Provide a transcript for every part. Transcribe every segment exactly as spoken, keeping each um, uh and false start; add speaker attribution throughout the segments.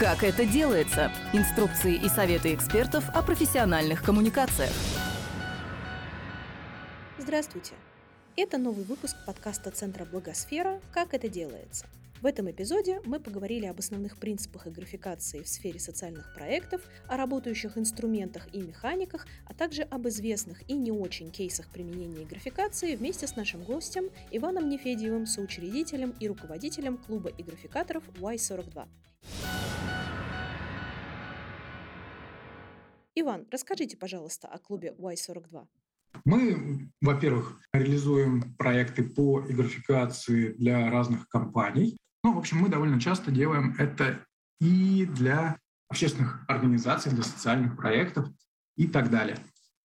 Speaker 1: Как это делается? Инструкции и советы экспертов о профессиональных коммуникациях.
Speaker 2: Здравствуйте! Это новый выпуск подкаста Центра Благосфера «Как это делается?». В этом эпизоде мы поговорили об основных принципах и графикации в сфере социальных проектов, о работающих инструментах и механиках, а также об известных и не очень кейсах применения графикации вместе с нашим гостем Иваном Нефедьевым, соучредителем и руководителем клуба и графикаторов уай сорок два. Иван, расскажите, пожалуйста, о клубе уай сорок два.
Speaker 3: Мы, во-первых, реализуем проекты по графикации для разных компаний. Ну, в общем, мы довольно часто делаем это и для общественных организаций, для социальных проектов и так далее.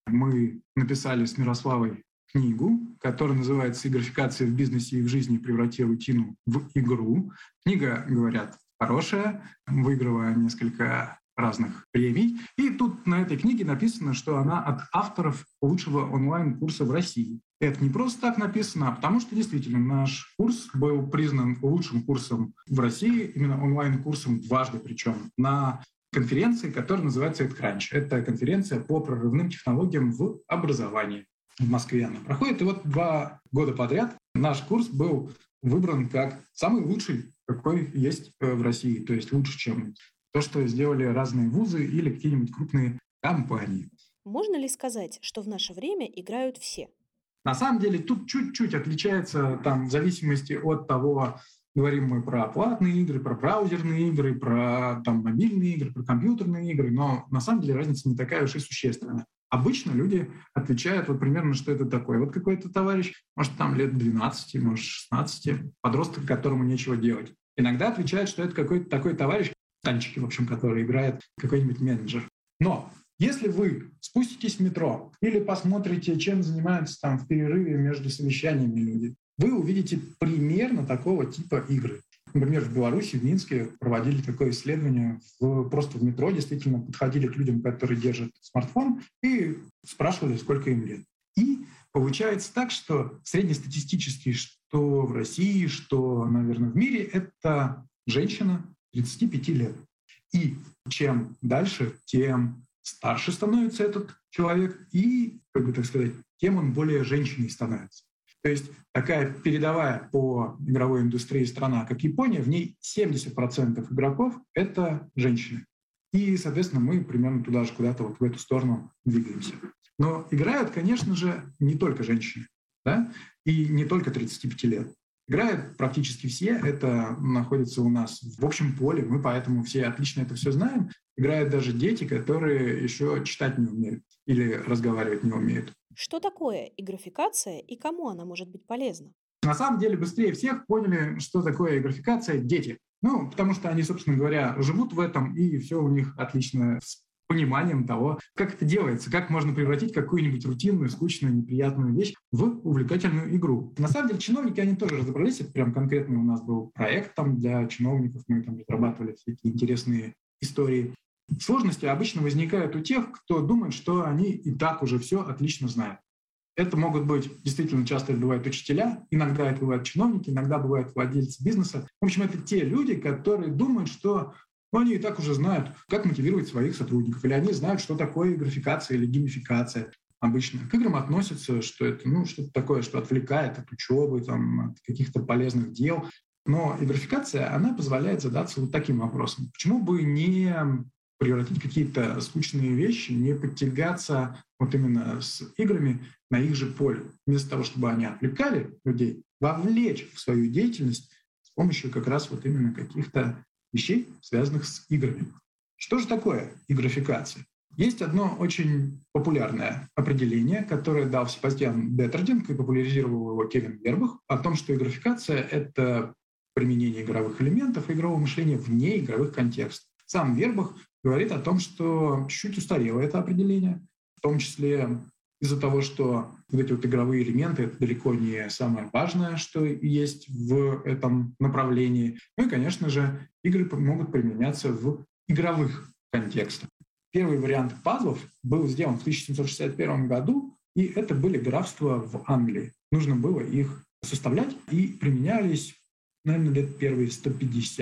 Speaker 3: Мы написали с Мирославой книгу, которая называется «Графикация в бизнесе и в жизни превратила рутину в игру». Книга, говорят, хорошая, выиграла несколько разных премий. И тут на этой книге написано, что она от авторов лучшего онлайн-курса в России. Это не просто так написано, а потому что действительно наш курс был признан лучшим курсом в России, именно онлайн-курсом дважды причем, на конференции, которая называется EdCrunch. Это конференция по прорывным технологиям в образовании. В Москве она проходит. И вот два года подряд наш курс был выбран как самый лучший, какой есть в России. То есть лучше, чем то, что сделали разные вузы или какие-нибудь крупные компании.
Speaker 2: Можно ли сказать, что в наше время играют все?
Speaker 3: На самом деле тут чуть-чуть отличается там, в зависимости от того, говорим мы про платные игры, про браузерные игры, про там, мобильные игры, про компьютерные игры, но на самом деле разница не такая уж и существенная. Обычно люди отвечают вот примерно, что это такое. Вот какой-то товарищ, может, там лет двенадцать, может, шестнадцать, подросток, которому нечего делать. Иногда отвечают, что это какой-то такой товарищ, танчики, в общем, который играет какой-нибудь менеджер. Но если вы спуститесь в метро или посмотрите, чем занимаются там в перерыве между совещаниями люди, вы увидите примерно такого типа игры. Например, в Беларуси, в Минске проводили такое исследование. В, просто в метро действительно подходили к людям, которые держат смартфон, и спрашивали, сколько им лет. И получается так, что среднестатистически, что в России, что, наверное, в мире, это женщина тридцати пяти лет. И чем дальше, тем старше становится этот человек, и, как бы так сказать, тем он более женщиной становится. То есть такая передовая по игровой индустрии страна, как Япония, в ней семьдесят процентов игроков — это женщины. И, соответственно, мы примерно туда же, куда-то вот в эту сторону двигаемся. Но играют, конечно же, не только женщины, да? И не только тридцати пяти лет. Играют практически все, это находится у нас в общем поле, мы поэтому все отлично это все знаем. Играют даже дети, которые еще читать не умеют или разговаривать не умеют.
Speaker 2: Что такое игрофикация и кому она может быть полезна?
Speaker 3: На самом деле быстрее всех поняли, что такое игрофикация дети. Ну, потому что они, собственно говоря, живут в этом, и все у них отлично с пониманием того, как это делается, как можно превратить какую-нибудь рутинную, скучную, неприятную вещь в увлекательную игру. На самом деле чиновники, они тоже разобрались. Это прям конкретный у нас был проект там для чиновников. Мы там разрабатывали всякие интересные истории. Сложности обычно возникают у тех, кто думает, что они и так уже все отлично знают. Это могут быть, действительно, часто это бывают учителя, иногда это бывают чиновники, иногда бывают владельцы бизнеса. В общем, это те люди, которые думают, что ну, они и так уже знают, как мотивировать своих сотрудников, или они знают, что такое графикация или геймификация. Обычно к играм относятся, что это ну, что-то такое, что отвлекает от учебы, там, от каких-то полезных дел. Но графикация, она позволяет задаться вот таким вопросом. Почему бы не превратить какие-то скучные вещи, не подтягаться вот именно с играми на их же поле, вместо того, чтобы они отвлекали людей, вовлечь в свою деятельность с помощью как раз вот именно каких-то вещей, связанных с играми. Что же такое игрофикация? Есть одно очень популярное определение, которое дал Себастьян Деттердинг и популяризировал его Кевин Вербах, о том, что игрофикация — это применение игровых элементов и игрового мышления вне игровых контекстов. Сам Вербах говорит о том, что чуть-чуть устарело это определение, в том числе из-за того, что вот эти вот игровые элементы — это далеко не самое важное, что есть в этом направлении. Ну и, конечно же, игры могут применяться в игровых контекстах. Первый вариант пазлов был сделан в тысяча семьсот шестьдесят первом году, и это были графства в Англии. Нужно было их составлять, и применялись, наверное, лет первые сто пятьдесят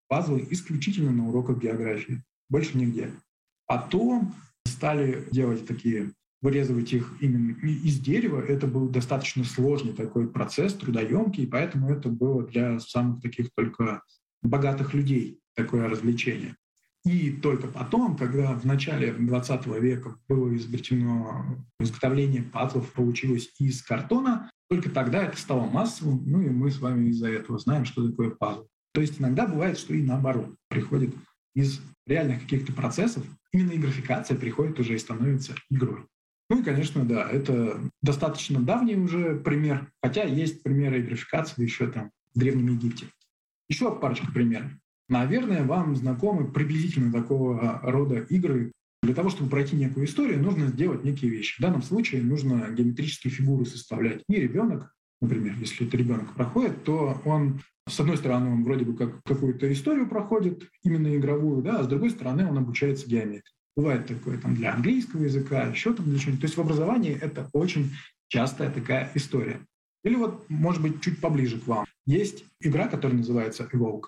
Speaker 3: пазлы исключительно на уроках географии, больше нигде. Потом стали делать такие, вырезывать их именно из дерева. Это был достаточно сложный такой процесс, трудоемкий, и поэтому это было для самых таких только богатых людей такое развлечение. И только потом, когда в начале двадцатого века было изобретено изготовление пазлов, получилось из картона, только тогда это стало массовым, ну и мы с вами из-за этого знаем, что такое пазл. То есть иногда бывает, что и наоборот, приходит из реальных каких-то процессов, именно и графикация приходит уже и становится игрой. Ну и, конечно, да, это достаточно давний уже пример, хотя есть примеры графикации еще там в Древнем Египте. Еще парочка примеров. Наверное, вам знакомы приблизительно такого рода игры. Для того, чтобы пройти некую историю, нужно сделать некие вещи. В данном случае нужно геометрические фигуры составлять. И ребенок, например, если это ребенок проходит, то он, с одной стороны, он вроде бы как какую-то историю проходит, именно игровую, да, а с другой стороны, он обучается геометрии. Бывает такое там для английского языка, еще там для чего-нибудь. То есть в образовании это очень частая такая история. Или вот, может быть, чуть поближе к вам. Есть игра, которая называется Evoke.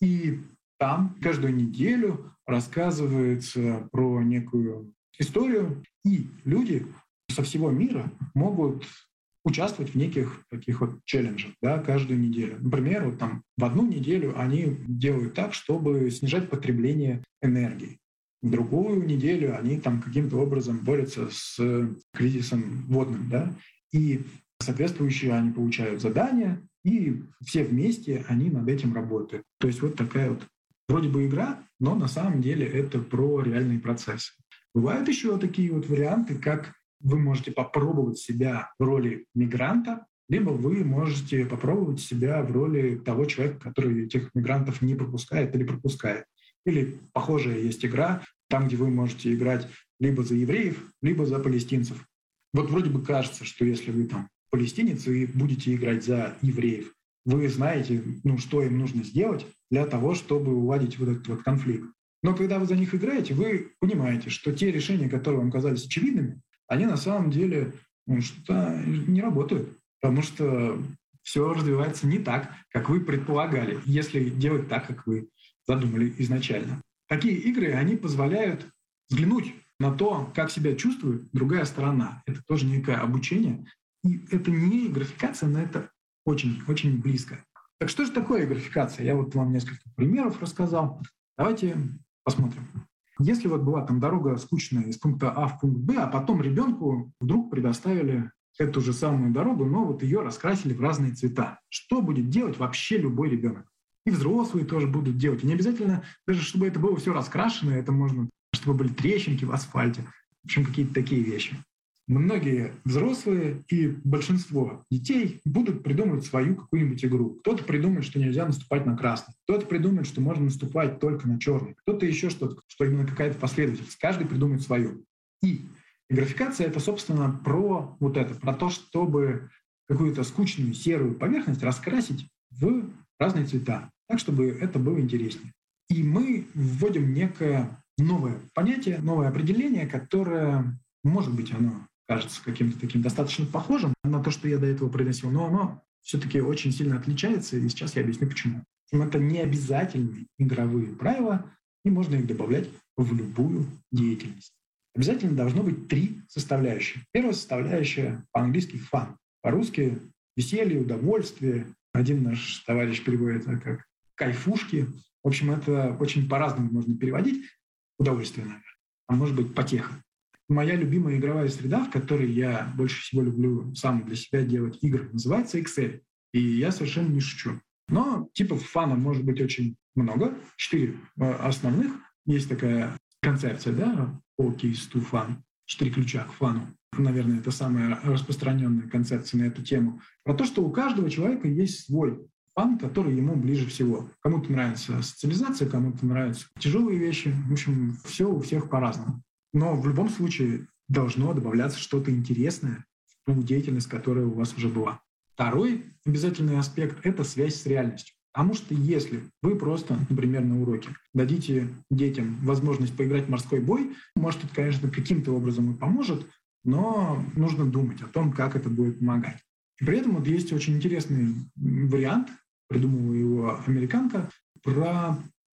Speaker 3: И там каждую неделю рассказывается про некую историю, и люди со всего мира могут участвовать в неких таких вот челленджах, да, каждую неделю. Например, вот там в одну неделю они делают так, чтобы снижать потребление энергии. В другую неделю они там каким-то образом борются с кризисом водным, да, и соответствующие они получают задания, и все вместе они над этим работают. То есть вот такая вот вроде бы игра, но на самом деле это про реальные процессы. Бывают еще такие вот варианты, как вы можете попробовать себя в роли мигранта, либо вы можете попробовать себя в роли того человека, который этих мигрантов не пропускает или пропускает. Или похожая есть игра, там, где вы можете играть либо за евреев, либо за палестинцев. Вот вроде бы кажется, что если вы там палестинец и будете играть за евреев, вы знаете, ну, что им нужно сделать для того, чтобы уладить вот этот вот конфликт. Но когда вы за них играете, вы понимаете, что те решения, которые вам казались очевидными, они на самом деле ну, что-то не работают, потому что все развивается не так, как вы предполагали, если делать так, как вы задумали изначально. Такие игры, они позволяют взглянуть на то, как себя чувствует другая сторона. Это тоже некое обучение. И это не графикация, но это очень-очень близко. Так что же такое графикация? Я вот вам несколько примеров рассказал. Давайте посмотрим. Если вот была там дорога скучная из пункта А в пункт Б, а потом ребенку вдруг предоставили эту же самую дорогу, но вот ее раскрасили в разные цвета. Что будет делать вообще любой ребенок? И взрослые тоже будут делать. И не обязательно, даже чтобы это было все раскрашено, это можно, чтобы были трещинки в асфальте. В общем, какие-то такие вещи. Многие взрослые и большинство детей будут придумывать свою какую-нибудь игру. Кто-то придумает, что нельзя наступать на красный. Кто-то придумает, что можно наступать только на черный. Кто-то еще что-то, что именно какая-то последовательность. Каждый придумает свою. И графикация — это, собственно, про вот это, про то, чтобы какую-то скучную серую поверхность раскрасить в разные цвета, так, чтобы это было интереснее. И мы вводим некое новое понятие, новое определение, которое, может быть, оно кажется каким-то таким достаточно похожим на то, что я до этого произносил, но оно все-таки очень сильно отличается, и сейчас я объясню, почему. Это не обязательные игровые правила, и можно их добавлять в любую деятельность. Обязательно должно быть три составляющие. Первая составляющая по-английски fun, по-русски веселье, удовольствие. Один наш товарищ переводит это как кайфушки. В общем, это очень по-разному можно переводить. Удовольствие, наверное. А может быть, потеха. Моя любимая игровая среда, в которой я больше всего люблю сам для себя делать игры, называется Excel. И я совершенно не шучу. Но типов фана может быть очень много. Четыре основных. Есть такая концепция, да, four keys to fun. Четыре ключа к фану. Наверное, это самая распространенная концепция на эту тему. Про то, что у каждого человека есть свой фан, который ему ближе всего. Кому-то нравится социализация, кому-то нравятся тяжелые вещи. В общем, все у всех по-разному. Но в любом случае должно добавляться что-то интересное в ту деятельность, которая у вас уже была. Второй обязательный аспект — это связь с реальностью. Потому что если вы просто, например, на уроке дадите детям возможность поиграть в морской бой, может, это, конечно, каким-то образом и поможет, но нужно думать о том, как это будет помогать. И при этом вот есть очень интересный вариант, придумала его американка, про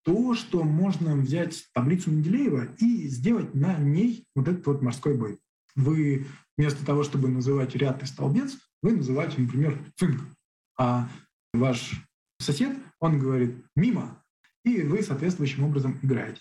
Speaker 3: то, что можно взять таблицу Менделеева и сделать на ней вот этот вот морской бой. Вы вместо того, чтобы называть ряд и столбец, вы называете, например, цинк. А ваш сосед, он говорит «мимо», и вы соответствующим образом играете.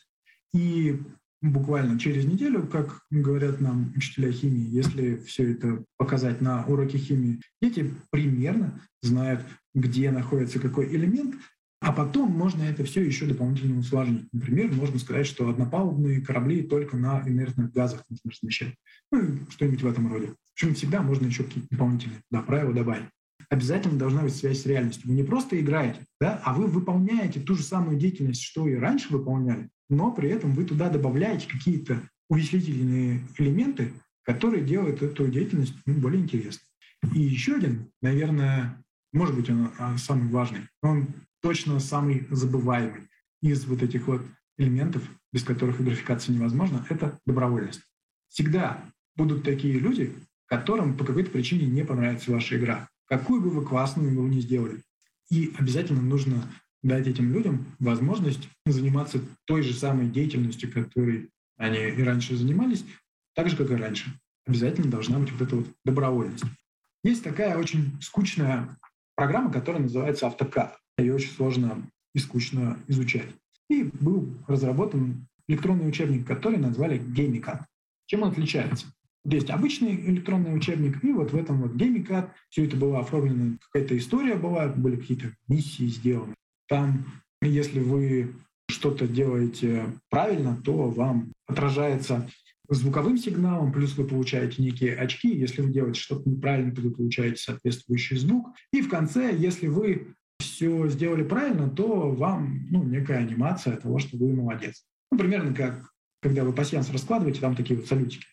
Speaker 3: И буквально через неделю, как говорят нам учителя химии, если все это показать на уроке химии, дети примерно знают, где находится какой элемент, а потом можно это все еще дополнительно усложнить. Например, можно сказать, что однопалубные корабли только на инертных газах нужно размещать. Ну, и что-нибудь в этом роде. Причем всегда можно еще какие-то дополнительные да, правила добавить. Обязательно должна быть связь с реальностью. Вы не просто играете, да, а вы выполняете ту же самую деятельность, что и раньше выполняли, но при этом вы туда добавляете какие-то увеселительные элементы, которые делают эту деятельность ну, более интересной. И еще один, наверное, может быть, он самый важный, он точно самый забываемый из вот этих вот элементов, без которых и графикация невозможна, это добровольность. Всегда будут такие люди, которым по какой-то причине не понравится ваша игра. Какую бы вы классную игру ни сделали. И обязательно нужно дать этим людям возможность заниматься той же самой деятельностью, которой они и раньше занимались, так же, как и раньше. Обязательно должна быть вот эта вот добровольность. Есть такая очень скучная программа, которая называется AutoCAD. Ее очень сложно и скучно изучать. И был разработан электронный учебник, который назвали GamiCAD. Чем он отличается? Есть обычный электронный учебник, и вот в этом вот GamiCAD все это было оформлено, какая-то история была, были какие-то миссии сделаны. Там, если вы что-то делаете правильно, то вам отражается звуковым сигналом, плюс вы получаете некие очки. Если вы делаете что-то неправильно, то вы получаете соответствующий звук. И в конце, если вы все сделали правильно, то вам ну, некая анимация того, что вы молодец. Ну, примерно как когда вы пасьянс раскладываете, там такие вот салютики.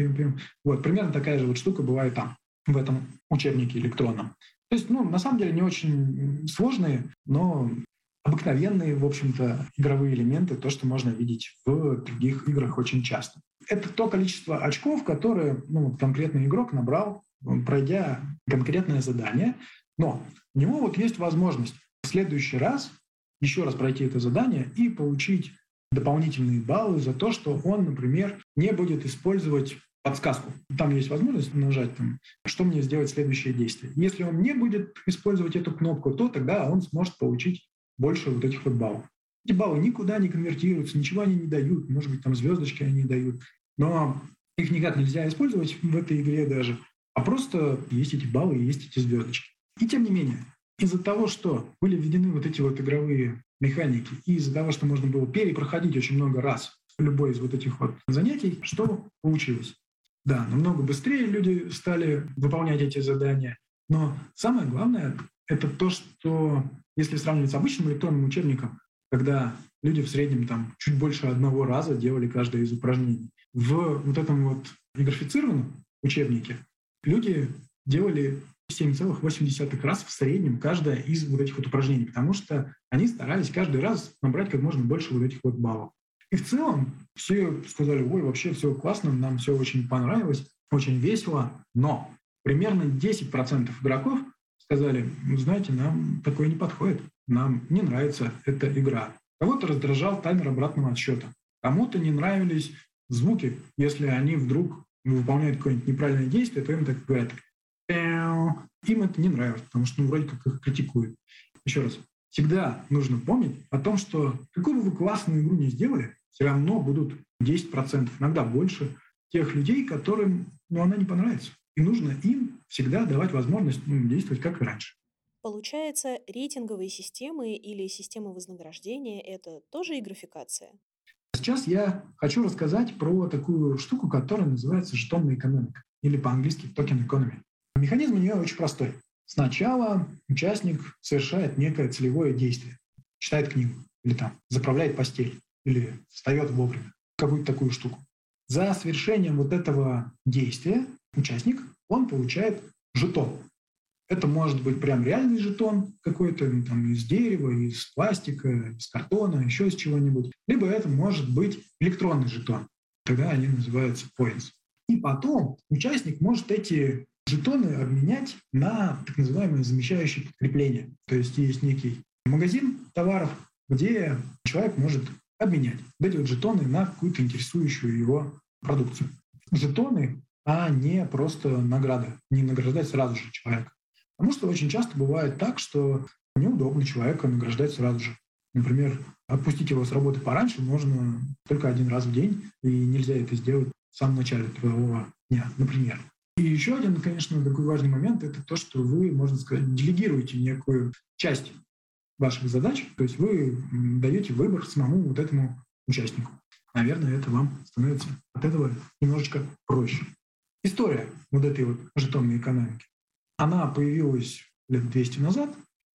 Speaker 3: Вот, примерно такая же вот штука бывает там, в этом учебнике электронном. То есть, ну, на самом деле не очень сложные, но обыкновенные, в общем-то, игровые элементы, то, что можно видеть в других играх очень часто. Это то количество очков, которые ну, конкретный игрок набрал, пройдя конкретное задание. Но у него вот есть возможность в следующий раз еще раз пройти это задание и получить дополнительные баллы за то, что он, например, не будет использовать подсказку. Там есть возможность нажать, там, что мне сделать следующее действие. Если он не будет использовать эту кнопку, то тогда он сможет получить больше вот этих вот баллов. Эти баллы никуда не конвертируются, ничего они не дают. Может быть, там звездочки они дают. Но их никак нельзя использовать в этой игре даже. А просто есть эти баллы и есть эти звездочки. И тем не менее, из-за того, что были введены вот эти вот игровые механики, и из-за того, что можно было перепроходить очень много раз любой из вот этих вот занятий, что получилось? Да, намного быстрее люди стали выполнять эти задания. Но самое главное — это то, что если сравнивать с обычным электронным учебником, когда люди в среднем там чуть больше одного раза делали каждое из упражнений, в вот этом вот графицированном учебнике люди делали семь целых восемь десятых раз в среднем каждое из вот этих вот упражнений, потому что они старались каждый раз набрать как можно больше вот этих вот баллов. И в целом все сказали, ой, вообще все классно, нам все очень понравилось, очень весело, но примерно десять процентов игроков сказали, ну, знаете, нам такое не подходит, нам не нравится эта игра. Кого-то раздражал таймер обратного отсчета, кому-то не нравились звуки, если они вдруг выполняют какое-нибудь неправильное действие, то им так говорят, им это не нравится, потому что ну, вроде как их критикуют. Еще раз, всегда нужно помнить о том, что какую бы вы классную игру не сделали, все равно будут десять процентов, иногда больше, тех людей, которым ну, она не понравится. И нужно им всегда давать возможность ну, действовать как и раньше.
Speaker 2: Получается, рейтинговые системы или системы вознаграждения — это тоже и графикация?
Speaker 3: Сейчас я хочу рассказать про такую штуку, которая называется жетонная экономика, или по-английски token economy. Механизм у нее очень простой. Сначала участник совершает некое целевое действие. Читает книгу, или там заправляет постель, или встает вовремя. Какую-то такую штуку. За совершением вот этого действия участник, он получает жетон. Это может быть прям реальный жетон какой-то ну, там, из дерева, из пластика, из картона, еще из чего-нибудь. Либо это может быть электронный жетон. Тогда они называются points. И потом участник может эти жетоны обменять на так называемые замещающие подкрепления. То есть есть некий магазин товаров, где человек может обменять вот эти вот жетоны на какую-то интересующую его продукцию. Жетоны, а не просто награды, не награждать сразу же человека. Потому что очень часто бывает так, что неудобно человека награждать сразу же. Например, отпустить его с работы пораньше можно только один раз в день, и нельзя это сделать в самом начале трудового дня, например. И еще один, конечно, такой важный момент — это то, что вы, можно сказать, делегируете некую часть ваших задач, то есть вы даете выбор самому вот этому участнику. Наверное, это вам становится от этого немножечко проще. История вот этой вот жетонной экономики, она появилась лет двести назад.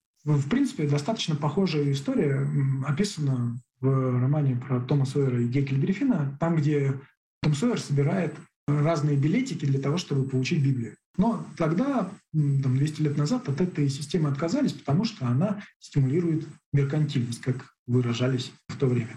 Speaker 3: В принципе, достаточно похожая история описана в романе про Тома Сойера и Гекльберри-Финна, там, где Том Сойер собирает разные билетики для того, чтобы получить Библию. Но тогда, там, двести лет назад, от этой системы отказались, потому что она стимулирует меркантильность, как выражались в то время.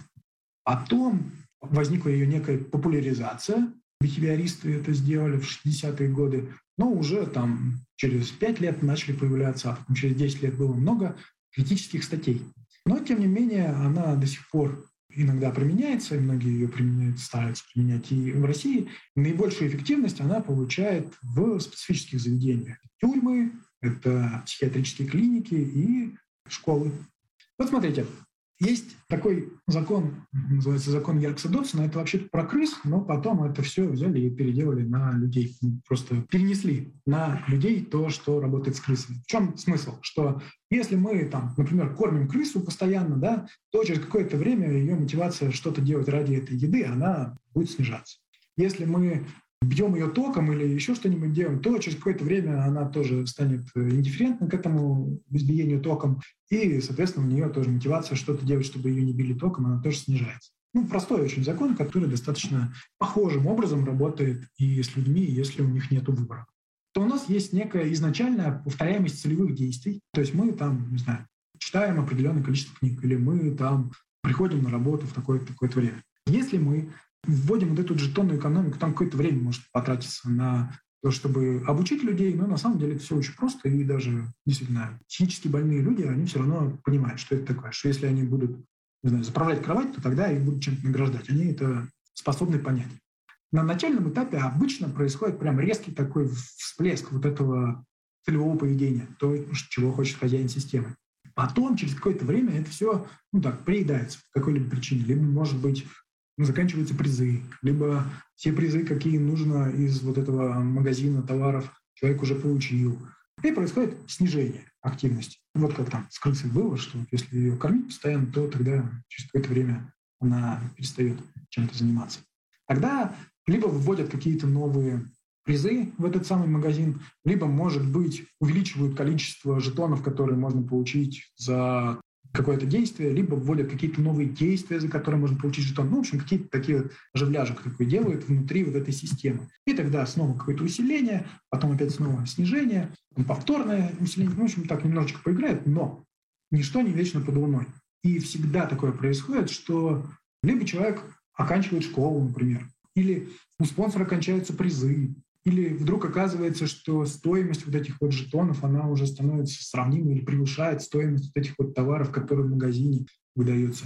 Speaker 3: Потом возникла ее некая популяризация. Бихевиористы это сделали в шестидесятые годы, но уже там через пять лет начали появляться, а потом через десять лет было много критических статей. Но, тем не менее, она до сих пор иногда применяется, и многие ее применяют, стараются применять и в России. Наибольшую эффективность она получает в специфических заведениях. Тюрьмы, это психиатрические клиники и школы. Вот смотрите, есть такой закон, называется закон Еркса-Додсона. Это вообще про крыс, но потом это все взяли и переделали на людей. Просто перенесли на людей то, что работает с крысами. В чем смысл? Что если мы, там, например, кормим крысу постоянно, да, то через какое-то время ее мотивация что-то делать ради этой еды, она будет снижаться. Если мы бьем ее током или еще что-нибудь делаем, то через какое-то время она тоже станет индифферентна к этому избиению током, и, соответственно, у нее тоже мотивация что-то делать, чтобы ее не били током, она тоже снижается. Ну, простой очень закон, который достаточно похожим образом работает и с людьми, если у них нет выбора. То у нас есть некая изначальная повторяемость целевых действий, то есть мы там, не знаю, читаем определенное количество книг, или мы там приходим на работу в такое-то, такое-то время. Если мы вводим вот эту жетонную экономику, там какое-то время может потратиться на то, чтобы обучить людей, но на самом деле это все очень просто, и даже действительно психически больные люди, они все равно понимают, что это такое, что если они будут, не знаю, заправлять кровать, то тогда их будут чем-то награждать. Они это способны понять. На начальном этапе обычно происходит прям резкий такой всплеск вот этого целевого поведения, то, чего хочет хозяин системы. Потом, через какое-то время это все, ну так, приедается по какой-либо причине. Либо, может быть, ну, заканчиваются призы, либо все призы, какие нужно из вот этого магазина товаров, человек уже получил. И происходит снижение активности. Вот как там с крысой было, что если ее кормить постоянно, то тогда через какое-то время она перестает чем-то заниматься. Тогда либо вводят какие-то новые призы в этот самый магазин, либо, может быть, увеличивают количество жетонов, которые можно получить за какое-то действие, либо вводят какие-то новые действия, за которые можно получить жетон. Ну, в общем, какие-то такие вот оживляжек такой делают внутри вот этой системы. И тогда снова какое-то усиление, потом опять снова снижение, потом повторное усиление. Ну, в общем, так немножечко поиграет, но ничто не вечно под луной. И всегда такое происходит, что либо человек оканчивает школу, например, или у спонсора кончаются призы, или вдруг оказывается, что стоимость вот этих вот жетонов, она уже становится сравнимой или превышает стоимость вот этих вот товаров, которые в магазине выдаются.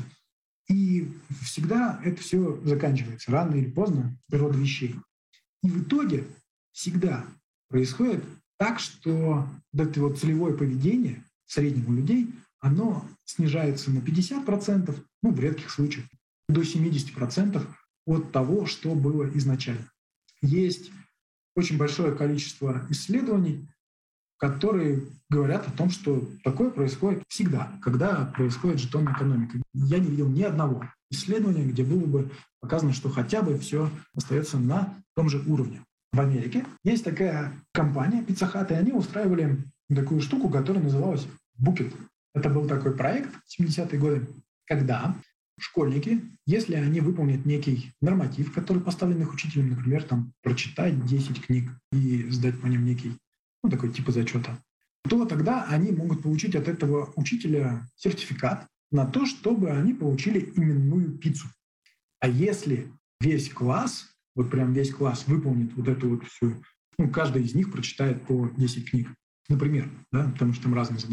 Speaker 3: И всегда это все заканчивается, рано или поздно, природа вещей. И в итоге всегда происходит так, что вот это вот целевое поведение в среднем у людей, оно снижается на пятьдесят процентов, ну, в редких случаях, до семьдесят процентов от того, что было изначально. Есть очень большое количество исследований, которые говорят о том, что такое происходит всегда, когда происходит жетонная экономика. Я не видел ни одного исследования, где было бы показано, что хотя бы все остается на том же уровне. В Америке есть такая компания Pizza Hut, и они устраивали такую штуку, которая называлась Bucket. Это был такой проект в семидесятые годы, когда школьники, если они выполнят некий норматив, который поставлен их учителем, например, там, прочитать десять книг и сдать по ним некий, ну, такой типа зачета, то тогда они могут получить от этого учителя сертификат на то, чтобы они получили именную пиццу. А если весь класс, вот прям весь класс выполнит вот эту вот всю, ну, каждый из них прочитает по десять книг, например, да, потому что там разные задания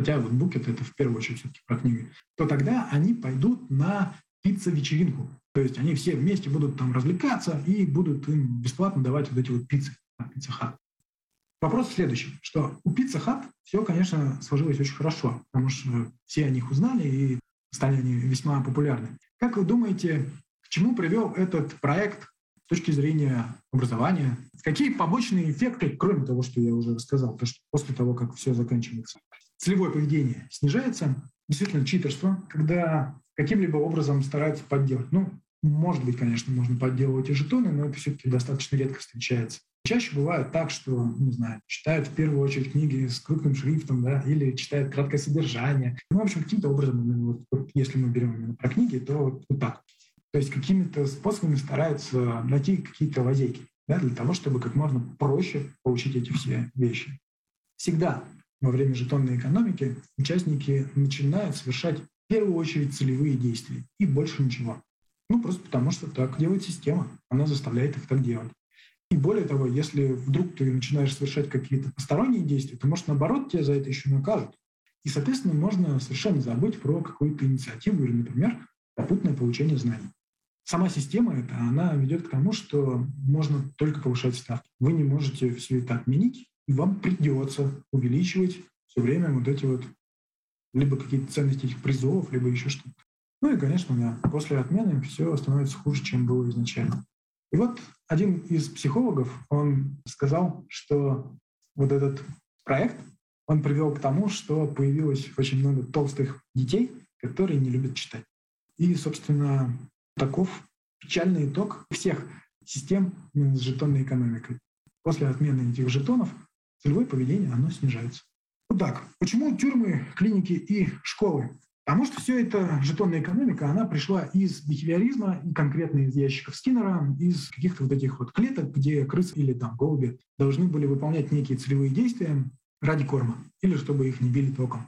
Speaker 3: хотя вот Букет — это в первую очередь все-таки про книги, то тогда они пойдут на пицца-вечеринку. То есть они все вместе будут там развлекаться и будут им бесплатно давать вот эти вот пиццы от Pizza Hut. Вопрос в следующем, что у Pizza Hut все, конечно, сложилось очень хорошо, потому что все о них узнали и стали они весьма популярны. Как вы думаете, к чему привел этот проект с точки зрения образования? Какие побочные эффекты, кроме того, что я уже рассказал, то, что после того, как все заканчивается, целевое поведение снижается, действительно читерство, когда каким-либо образом стараются подделать. Ну, может быть, конечно, можно подделывать и жетоны, но это все-таки достаточно редко встречается. Чаще бывает так, что, не знаю, читают в первую очередь книги с крупным шрифтом, да, или читают краткое содержание. Ну, в общем, каким-то образом, вот, вот, если мы берем именно про книги, то вот, вот так. То есть какими-то способами стараются найти какие-то лазейки, да, для того, чтобы как можно проще получить эти все вещи. Всегда во время жетонной экономики участники начинают совершать в первую очередь целевые действия и больше ничего. Ну, просто потому что так делает система, она заставляет их так делать. И более того, если вдруг ты начинаешь совершать какие-то посторонние действия, то, может, наоборот, тебя за это еще накажут. И, соответственно, можно совершенно забыть про какую-то инициативу или, например, попутное получение знаний. Сама система эта, она ведет к тому, что можно только повышать ставки. Вы не можете все это отменить, и вам придется увеличивать все время вот эти вот либо какие-то ценности этих призовов, либо еще что-то. Ну и, конечно, да, после отмены все становится хуже, чем было изначально. И вот один из психологов, он сказал, что вот этот проект, он привел к тому, что появилось очень много толстых детей, которые не любят читать. И, собственно, таков печальный итог всех систем с жетонной экономикой. После отмены этих жетонов целевое поведение, оно снижается. Вот так. Почему тюрьмы, клиники и школы? Потому что все это жетонная экономика, она пришла из бихевиоризма, и конкретно из ящиков Скиннера, из каких-то вот этих вот клеток, где крысы или там голуби должны были выполнять некие целевые действия ради корма, или чтобы их не били током.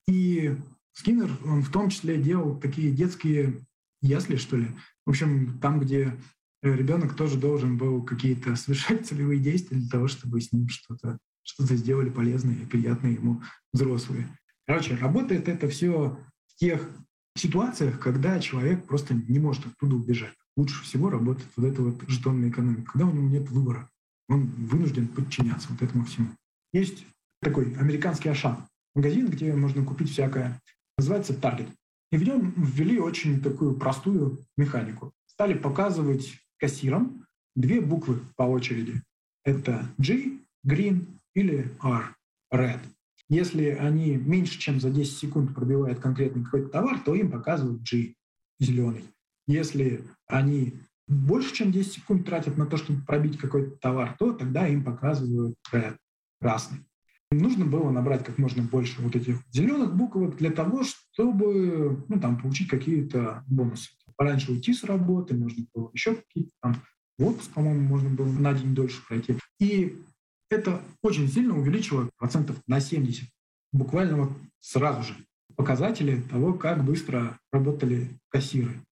Speaker 3: И Скиннер, он в том числе делал такие детские ясли, что ли. В общем, там, где ребенок тоже должен был какие-то совершать целевые действия для того, чтобы с ним что-то, что-то сделали полезное и приятное ему взрослые. Короче, работает это все в тех ситуациях, когда человек просто не может оттуда убежать. Лучше всего работает вот эта вот жетонная экономика, когда у него нет выбора. Он вынужден подчиняться вот этому всему. Есть такой американский Ашан, магазин, где можно купить всякое. Называется Target. И в нем ввели очень такую простую механику. Стали показывать кассирам две буквы по очереди. Это G, Green или R, Red. Если они меньше, чем за десять секунд пробивают конкретный какой-то товар, то им показывают G, зеленый. Если они больше, чем десять секунд тратят на то, чтобы пробить какой-то товар, то тогда им показывают Red, красный. Нужно было набрать как можно больше вот этих зеленых буквок для того, чтобы ну, там, получить какие-то бонусы. Пораньше уйти с работы, можно было еще какие-то там в отпуск, по-моему, можно было на день дольше пройти. И это очень сильно увеличило процентов на семьдесят. Буквально вот сразу же показатели того, как быстро работали кассиры.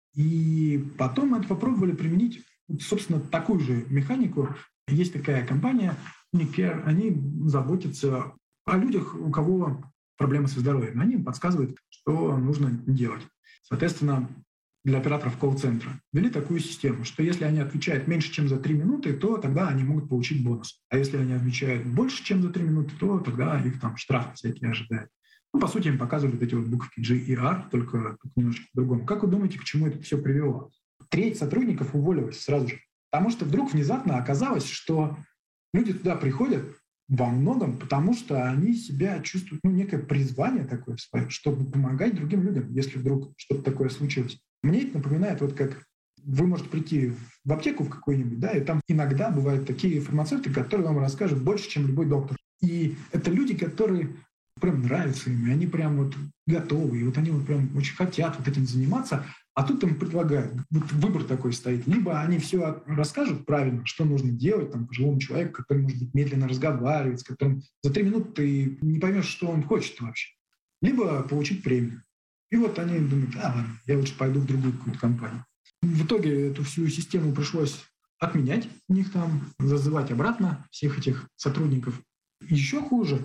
Speaker 3: И потом мы это попробовали применить, собственно, такую же механику. Есть такая компания Unicare, они заботятся о людях, у кого проблемы со здоровьем. Они им подсказывают, что нужно делать. Соответственно, для операторов колл-центра ввели такую систему, что если они отвечают меньше, чем за три минуты, то тогда они могут получить бонус. А если они отвечают больше, чем за три минуты, то тогда их там штрафы всякие ожидают. Ну, по сути, им показывали вот эти вот буковки G и R, только немножко по-другому. Как вы думаете, к чему это все привело? Треть сотрудников уволилась сразу же. Потому что вдруг внезапно оказалось, что люди туда приходят во многом, потому что они себя чувствуют, ну, некое призвание такое свое, чтобы помогать другим людям, если вдруг что-то такое случилось. Мне это напоминает, вот как вы можете прийти в аптеку в какую-нибудь, да, и там иногда бывают такие фармацевты, которые вам расскажут больше, чем любой доктор. И это люди, которые прям нравятся им, и они прям вот готовы, и вот они вот прям очень хотят вот этим заниматься, а тут им предлагают, вот выбор такой стоит. Либо они все расскажут правильно, что нужно делать там, пожилому человеку, который, может быть, медленно разговаривает, с которым за три минуты ты не поймешь, что он хочет вообще. Либо получить премию. И вот они думают, а, ладно, я лучше пойду в другую какую-то компанию. В итоге эту всю систему пришлось отменять у них там, зазывать обратно всех этих сотрудников. Еще хуже,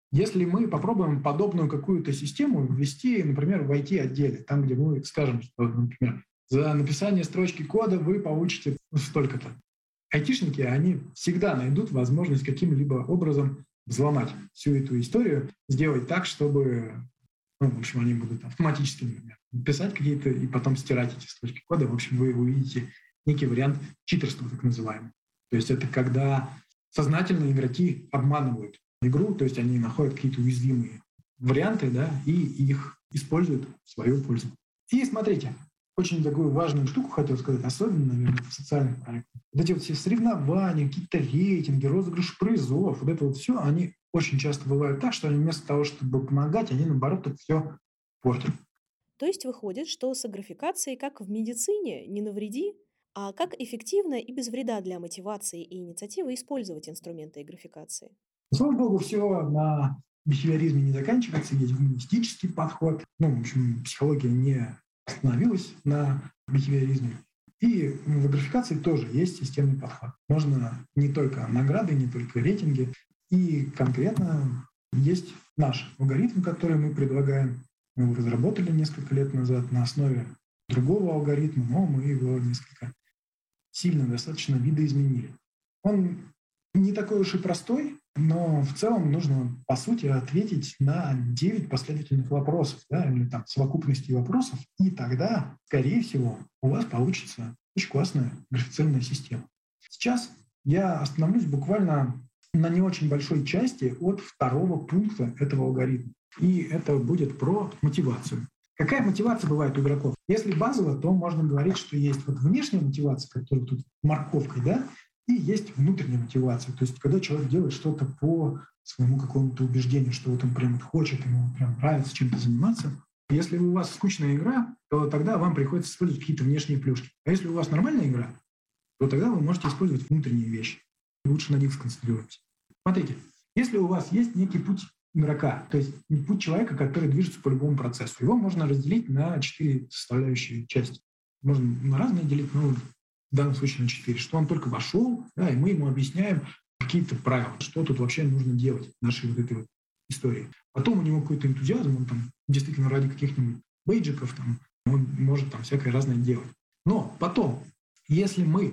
Speaker 3: Если мы попробуем подобную какую-то систему ввести, например, в ай ти-отделе, там, где мы скажем, что, например, за написание строчки кода вы получите столько-то. Айтишники, они всегда найдут возможность каким-либо образом взломать всю эту историю, сделать так, чтобы, ну, в общем, они будут автоматически, например, писать какие-то и потом стирать эти строчки кода. В общем, вы увидите некий вариант читерства, так называемый. То есть это когда сознательно игроки обманывают игру, то есть они находят какие-то уязвимые варианты, да, и их используют в свою пользу. И смотрите, очень такую важную штуку хотел сказать, особенно, наверное, в социальных проектах. Вот эти вот все соревнования, какие-то рейтинги, розыгрыш призов, вот это вот все, они очень часто бывают так, что они вместо того, чтобы помогать, они, наоборот, это все портят.
Speaker 2: То есть выходит, что с графикацией, как в медицине, не навреди, а как эффективно и без вреда для мотивации и инициативы использовать инструменты графикации?
Speaker 3: Слава богу, все на бихевиоризме не заканчивается, есть гуманистический подход. Ну, в общем, психология не остановилась на бихевиоризме. И в графикации тоже есть системный подход. Можно не только награды, не только рейтинги. И конкретно есть наш алгоритм, который мы предлагаем. Мы его разработали несколько лет назад на основе другого алгоритма, но мы его несколько сильно достаточно видоизменили. Он не такой уж и простой, но в целом нужно, по сути, ответить на девять последовательных вопросов, да, или там совокупности вопросов, и тогда, скорее всего, у вас получится очень классная графикационная система. Сейчас я остановлюсь буквально на не очень большой части от второго пункта этого алгоритма. И это будет про мотивацию. Какая мотивация бывает у игроков? Если базово, то можно говорить, что есть вот внешняя мотивация, которая тут морковкой, да, и есть внутренняя мотивация. То есть когда человек делает что-то по своему какому-то убеждению, что вот он прям хочет, ему прям нравится чем-то заниматься. Если у вас скучная игра, то тогда вам приходится использовать какие-то внешние плюшки. А если у вас нормальная игра, то тогда вы можете использовать внутренние вещи. Лучше на них сконцентрируемся. Смотрите, если у вас есть некий путь игрока, то есть путь человека, который движется по любому процессу, его можно разделить на четыре составляющие части. Можно на разные делить, но в данном случае на четыре. Что он только вошел, да, и мы ему объясняем какие-то правила, что тут вообще нужно делать в нашей вот этой вот истории. Потом у него какой-то энтузиазм, он там действительно ради каких-нибудь бейджиков, там, он может там всякое разное делать. Но потом, если мы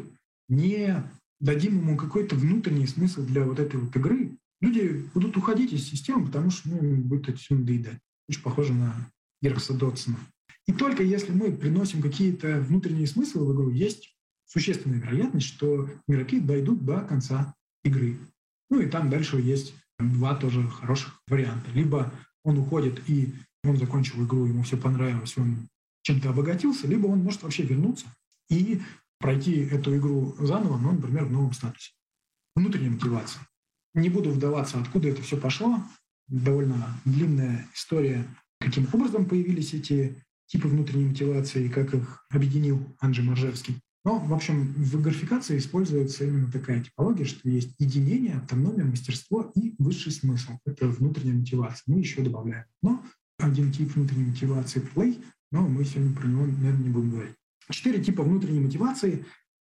Speaker 3: не дадим ему какой-то внутренний смысл для вот этой вот игры, люди будут уходить из системы, потому что ну, им будет это все надоедать. Очень похоже на Геркса Дотсона. И только если мы приносим какие-то внутренние смыслы в игру, есть существенная вероятность, что игроки дойдут до конца игры. Ну и там дальше есть два тоже хороших варианта. Либо он уходит, и он закончил игру, ему все понравилось, он чем-то обогатился, либо он может вообще вернуться и пройти эту игру заново, но, например, в новом статусе. Внутренняя мотивация. Не буду вдаваться, откуда это все пошло. Довольно длинная история, каким образом появились эти типы внутренней мотивации и как их объединил Анджей Маржевский. Но, в общем, в графикации используется именно такая типология, что есть единение, автономия, мастерство и высший смысл. Это внутренняя мотивация. Мы еще добавляем. Но один тип внутренней мотивации — play, но мы сегодня про него, наверное, не будем говорить. Четыре типа внутренней мотивации.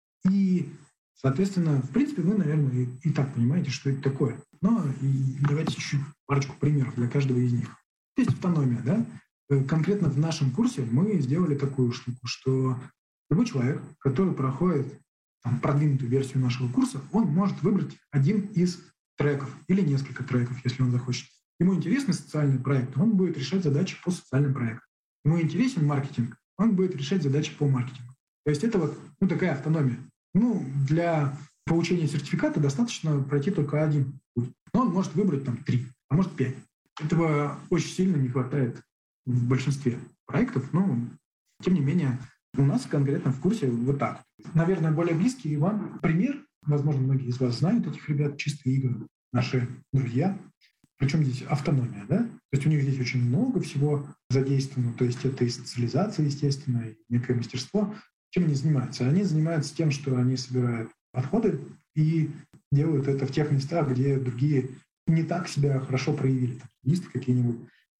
Speaker 3: И, соответственно, в принципе, вы, наверное, и, и так понимаете, что это такое. Но и давайте еще парочку примеров для каждого из них. Есть автономия, да? Конкретно в нашем курсе мы сделали такую штуку, что любой человек, который проходит там, продвинутую версию нашего курса, он может выбрать один из треков или несколько треков, если он захочет. Ему интересны социальные проекты, он будет решать задачи по социальным проектам. Ему интересен маркетинг, он будет решать задачи по маркетингу. То есть это вот ну, такая автономия. Ну, для получения сертификата достаточно пройти только один путь. Но он может выбрать там три, а может пять. Этого очень сильно не хватает в большинстве проектов, но тем не менее у нас конкретно в курсе вот так. Наверное, более близкий вам пример. Возможно, многие из вас знают этих ребят, чистые игры, наши друзья. Причем здесь автономия, да? То есть у них здесь очень много всего задействовано. То есть это и социализация, естественно, и некое мастерство. Чем они занимаются? Они занимаются тем, что они собирают подходы и делают это в тех местах, где другие не так себя хорошо проявили, там, листы какие-нибудь.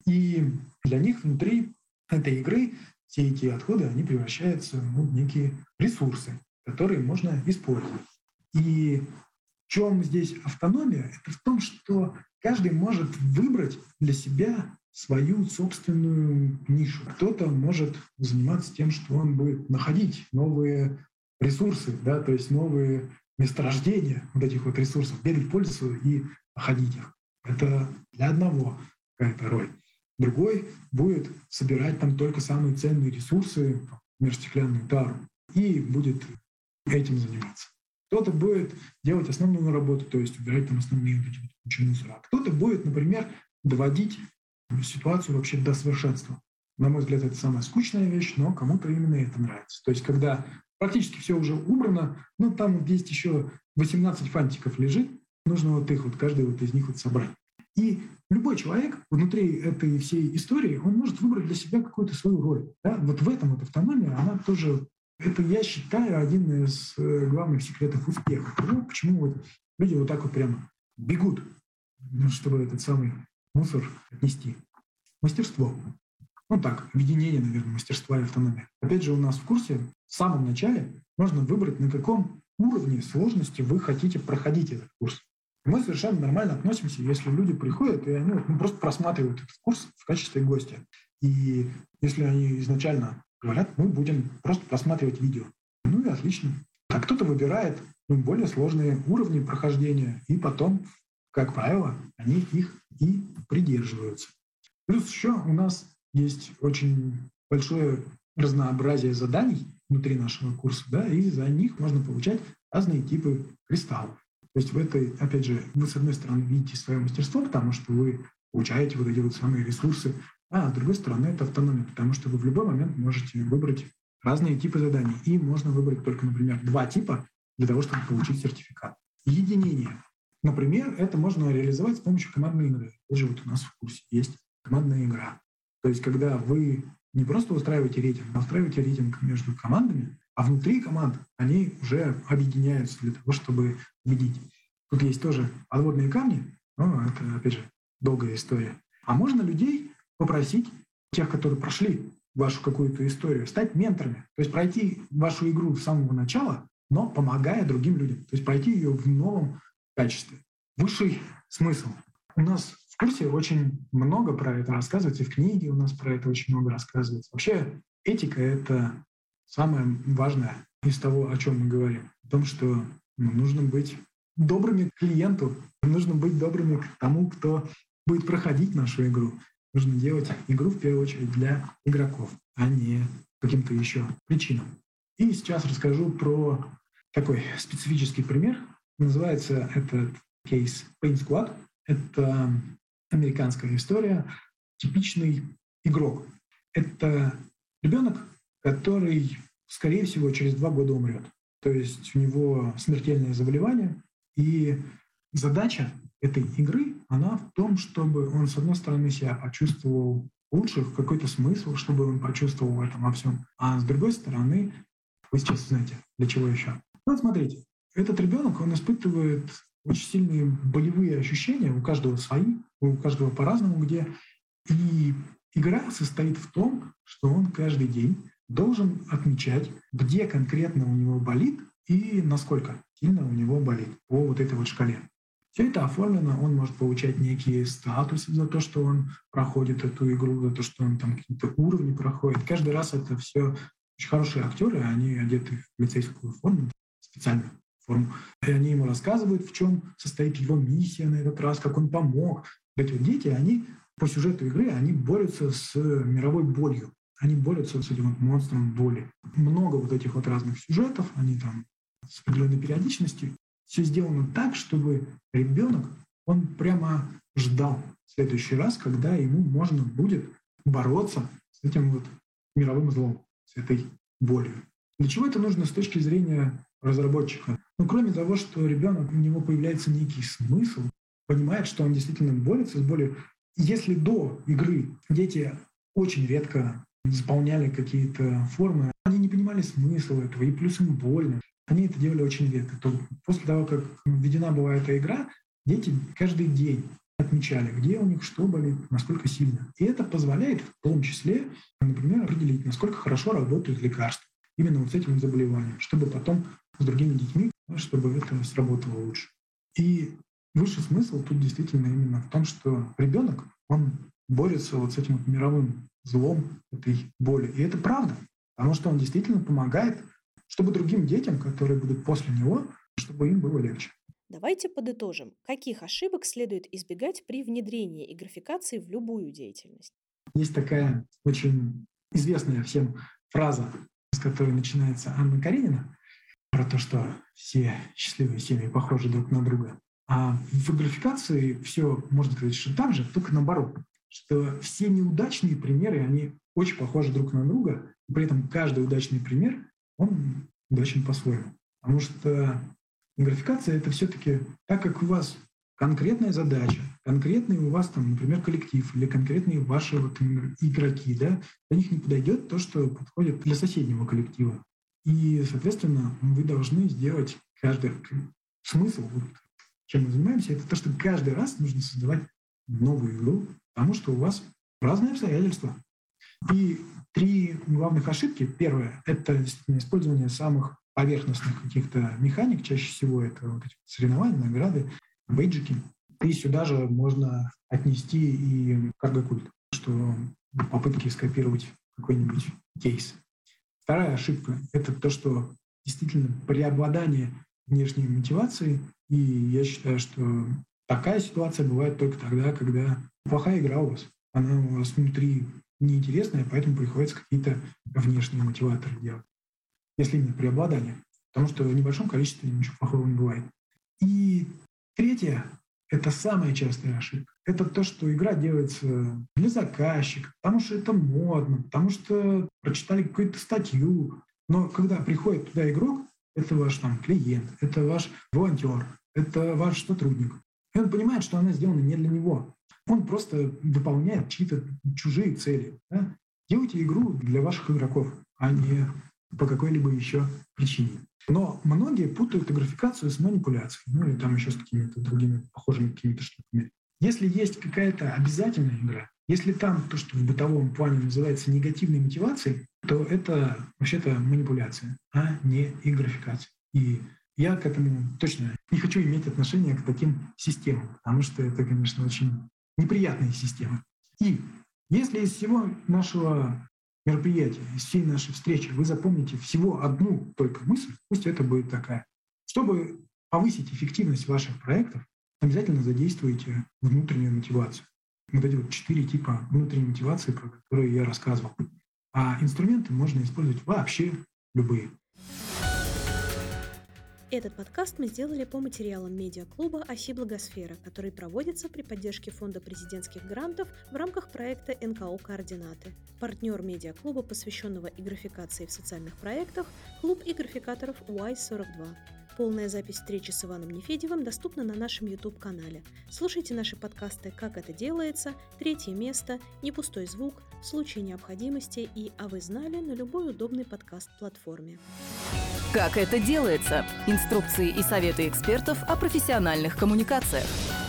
Speaker 3: И для них внутри этой игры все эти отходы, они превращаются ну, в некие ресурсы, которые можно использовать. И В чем здесь автономия? Это в том, что каждый может выбрать для себя свою собственную нишу. Кто-то может заниматься тем, что он будет находить новые ресурсы, да, то есть новые месторождения вот этих вот ресурсов, бегать по лесу и находить их. Это для одного какая-то роль. Другой будет собирать там только самые ценные ресурсы, например, стеклянную тару, и будет этим заниматься. Кто-то будет делать основную работу, то есть убирать там основные вот эти вот кучи мусора. А кто-то будет, например, доводить ситуацию вообще до совершенства. На мой взгляд, это самая скучная вещь, но кому-то именно это нравится. То есть когда практически все уже убрано, но там вот есть еще восемнадцать фантиков лежит, нужно вот их, вот каждый вот из них вот собрать. И любой человек внутри этой всей истории, он может выбрать для себя какую-то свою роль. Да? Вот в этом вот автономия, она тоже, это, я считаю, один из главных секретов успеха. Ну, почему вот люди вот так вот прямо бегут, чтобы этот самый мусор отнести. Мастерство. Ну так, объединение, наверное, мастерства и автономии. Опять же, у нас в курсе в самом начале можно выбрать, на каком уровне сложности вы хотите проходить этот курс. Мы совершенно нормально относимся, если люди приходят, и они ну, просто просматривают этот курс в качестве гостя. И если они изначально говорят, мы будем просто просматривать видео. Ну и отлично. А кто-то выбирает ну, более сложные уровни прохождения, и потом, как правило, они их и придерживаются. Плюс еще у нас есть очень большое разнообразие заданий внутри нашего курса, да, и за них можно получать разные типы кристаллов. То есть в этой, опять же, вы с одной стороны видите свое мастерство, потому что вы получаете вот эти вот самые ресурсы, а с другой стороны это автономия, потому что вы в любой момент можете выбрать разные типы заданий. И можно выбрать только, например, два типа для того, чтобы получить сертификат. Единение. Например, это можно реализовать с помощью командной игры. Тоже вот у нас в курсе есть командная игра. То есть когда вы не просто устраиваете рейтинг, а устраиваете рейтинг между командами, а внутри команд они уже объединяются для того, чтобы победить. Тут есть тоже подводные камни, но это, опять же, долгая история. А можно людей попросить, тех, которые прошли вашу какую-то историю, стать менторами. То есть пройти вашу игру с самого начала, но помогая другим людям. То есть пройти ее в новом качестве. Высший смысл. У нас в курсе очень много про это рассказывается, и в книге у нас про это очень много рассказывается. Вообще этика — это самое важное из того, о чем мы говорим. О том, что ну, нужно быть добрыми к клиенту, нужно быть добрыми к тому, кто будет проходить нашу игру. Нужно делать игру в первую очередь для игроков, а не каким-то еще причинам. И сейчас расскажу про такой специфический пример. Называется этот кейс Paint Squad. Это американская история. Типичный игрок. Это ребенок, который, скорее всего, через два года умрет. То есть у него смертельное заболевание. И задача этой игры, она в том, чтобы он, с одной стороны, себя почувствовал лучше, какой-то смысл, чтобы он почувствовал в этом во всем. А с другой стороны, вы сейчас знаете, для чего еще. Вот смотрите, этот ребенок, он испытывает очень сильные болевые ощущения, у каждого свои, у каждого по-разному где. И игра состоит в том, что он каждый день должен отмечать, где конкретно у него болит и насколько сильно у него болит по вот этой вот шкале. Все это оформлено, он может получать некие статусы за то, что он проходит эту игру, за то, что он там какие-то уровни проходит. Каждый раз это все очень хорошие актеры, они одеты в полицейскую форму, специальную форму. И они ему рассказывают, в чем состоит его миссия на этот раз, как он помог. Эти вот дети, они по сюжету игры, они борются с мировой болью. Они борются с этим вот монстром боли. Много вот этих вот разных сюжетов, они там с определенной периодичностью. Все сделано так, чтобы ребенок, он прямо ждал в следующий раз, когда ему можно будет бороться с этим вот мировым злом, с этой болью. Для чего это нужно с точки зрения разработчика? Ну, кроме того, что ребенок, у него появляется некий смысл, понимает, что он действительно борется с болью. Если до игры дети очень редко заполняли какие-то формы, они не понимали смысла этого, и плюс им больно, они это делали очень редко. То после того, как введена была эта игра, дети каждый день отмечали, где у них что болит, насколько сильно. И это позволяет в том числе, например, определить, насколько хорошо работают лекарства именно вот с этим заболеванием, чтобы потом с другими детьми, чтобы это сработало лучше. И высший смысл тут действительно именно в том, что ребенок, он борется вот с этим вот мировым злом этой боли. И это правда, потому что он действительно помогает, чтобы другим детям, которые будут после него, чтобы им было легче.
Speaker 2: Давайте подытожим, каких ошибок следует избегать при внедрении игрификации в любую деятельность.
Speaker 3: Есть такая очень известная всем фраза, с которой начинается Анна Каренина, про то, что все счастливые семьи похожи друг на друга. А в игрификации все, можно сказать, что так же, только наоборот. Что все неудачные примеры, они очень похожи друг на друга, и при этом каждый удачный пример, он удачен по-своему. Потому что игрификация — это все-таки так, как у вас конкретная задача, конкретный у вас, там, например, коллектив или конкретные ваши вот игроки, да, для них не подойдет то, что подходит для соседнего коллектива. И, соответственно, вы должны сделать каждый смысл, вот, чем мы занимаемся, это то, что каждый раз нужно создавать новую игру, потому что у вас разные обстоятельства. И три главных ошибки. Первое — это использование самых поверхностных каких-то механик. Чаще всего это вот эти соревнования, награды, бейджики. И сюда же можно отнести и карго-культ, что попытки скопировать какой-нибудь кейс. Вторая ошибка — это то, что действительно преобладание внешней мотивации. И я считаю, что такая ситуация бывает только тогда, когда плохая игра у вас. Она у вас внутри неинтересная, поэтому приходится какие-то внешние мотиваторы делать. Если именно преобладание. Потому что в небольшом количестве ничего плохого не бывает. И третье — это самая частая ошибка. Это то, что игра делается для заказчика, потому что это модно, потому что прочитали какую-то статью. Но когда приходит туда игрок, это ваш там клиент, это ваш волонтер, это ваш сотрудник. И он понимает, что она сделана не для него. Он просто выполняет чьи-то чужие цели. Да? Делайте игру для ваших игроков, а не по какой-либо еще причине. Но многие путают игрификацию с манипуляцией, ну или там еще с какими-то другими похожими какими-то штуками. Если есть какая-то обязательная игра, если там то, что в бытовом плане называется негативной мотивацией, то это вообще-то манипуляция, а не игрификация. И я к этому точно не хочу иметь отношения к таким системам, потому что это, конечно, очень неприятные системы. И если из всего нашего мероприятия, из всей нашей встречи вы запомните всего одну только мысль, пусть это будет такая. Чтобы повысить эффективность ваших проектов, обязательно задействуйте внутреннюю мотивацию. Вот эти вот четыре типа внутренней мотивации, про которые я рассказывал. А инструменты можно использовать вообще любые.
Speaker 2: Этот подкаст мы сделали по материалам медиаклуба «Оси Благосфера», который проводится при поддержке Фонда президентских грантов в рамках проекта эн ка о «Координаты». Партнер медиаклуба, посвященного игрификации в социальных проектах, клуб игрификаторов уай сорок два. Полная запись встречи с Иваном Нефедьевым доступна на нашем YouTube-канале. Слушайте наши подкасты «Как это делается», «Третье место», «Не пустой звук», «В случае необходимости» и «А вы знали» на любой удобной подкаст-платформе.
Speaker 1: Как это делается? Инструкции и советы экспертов о профессиональных коммуникациях.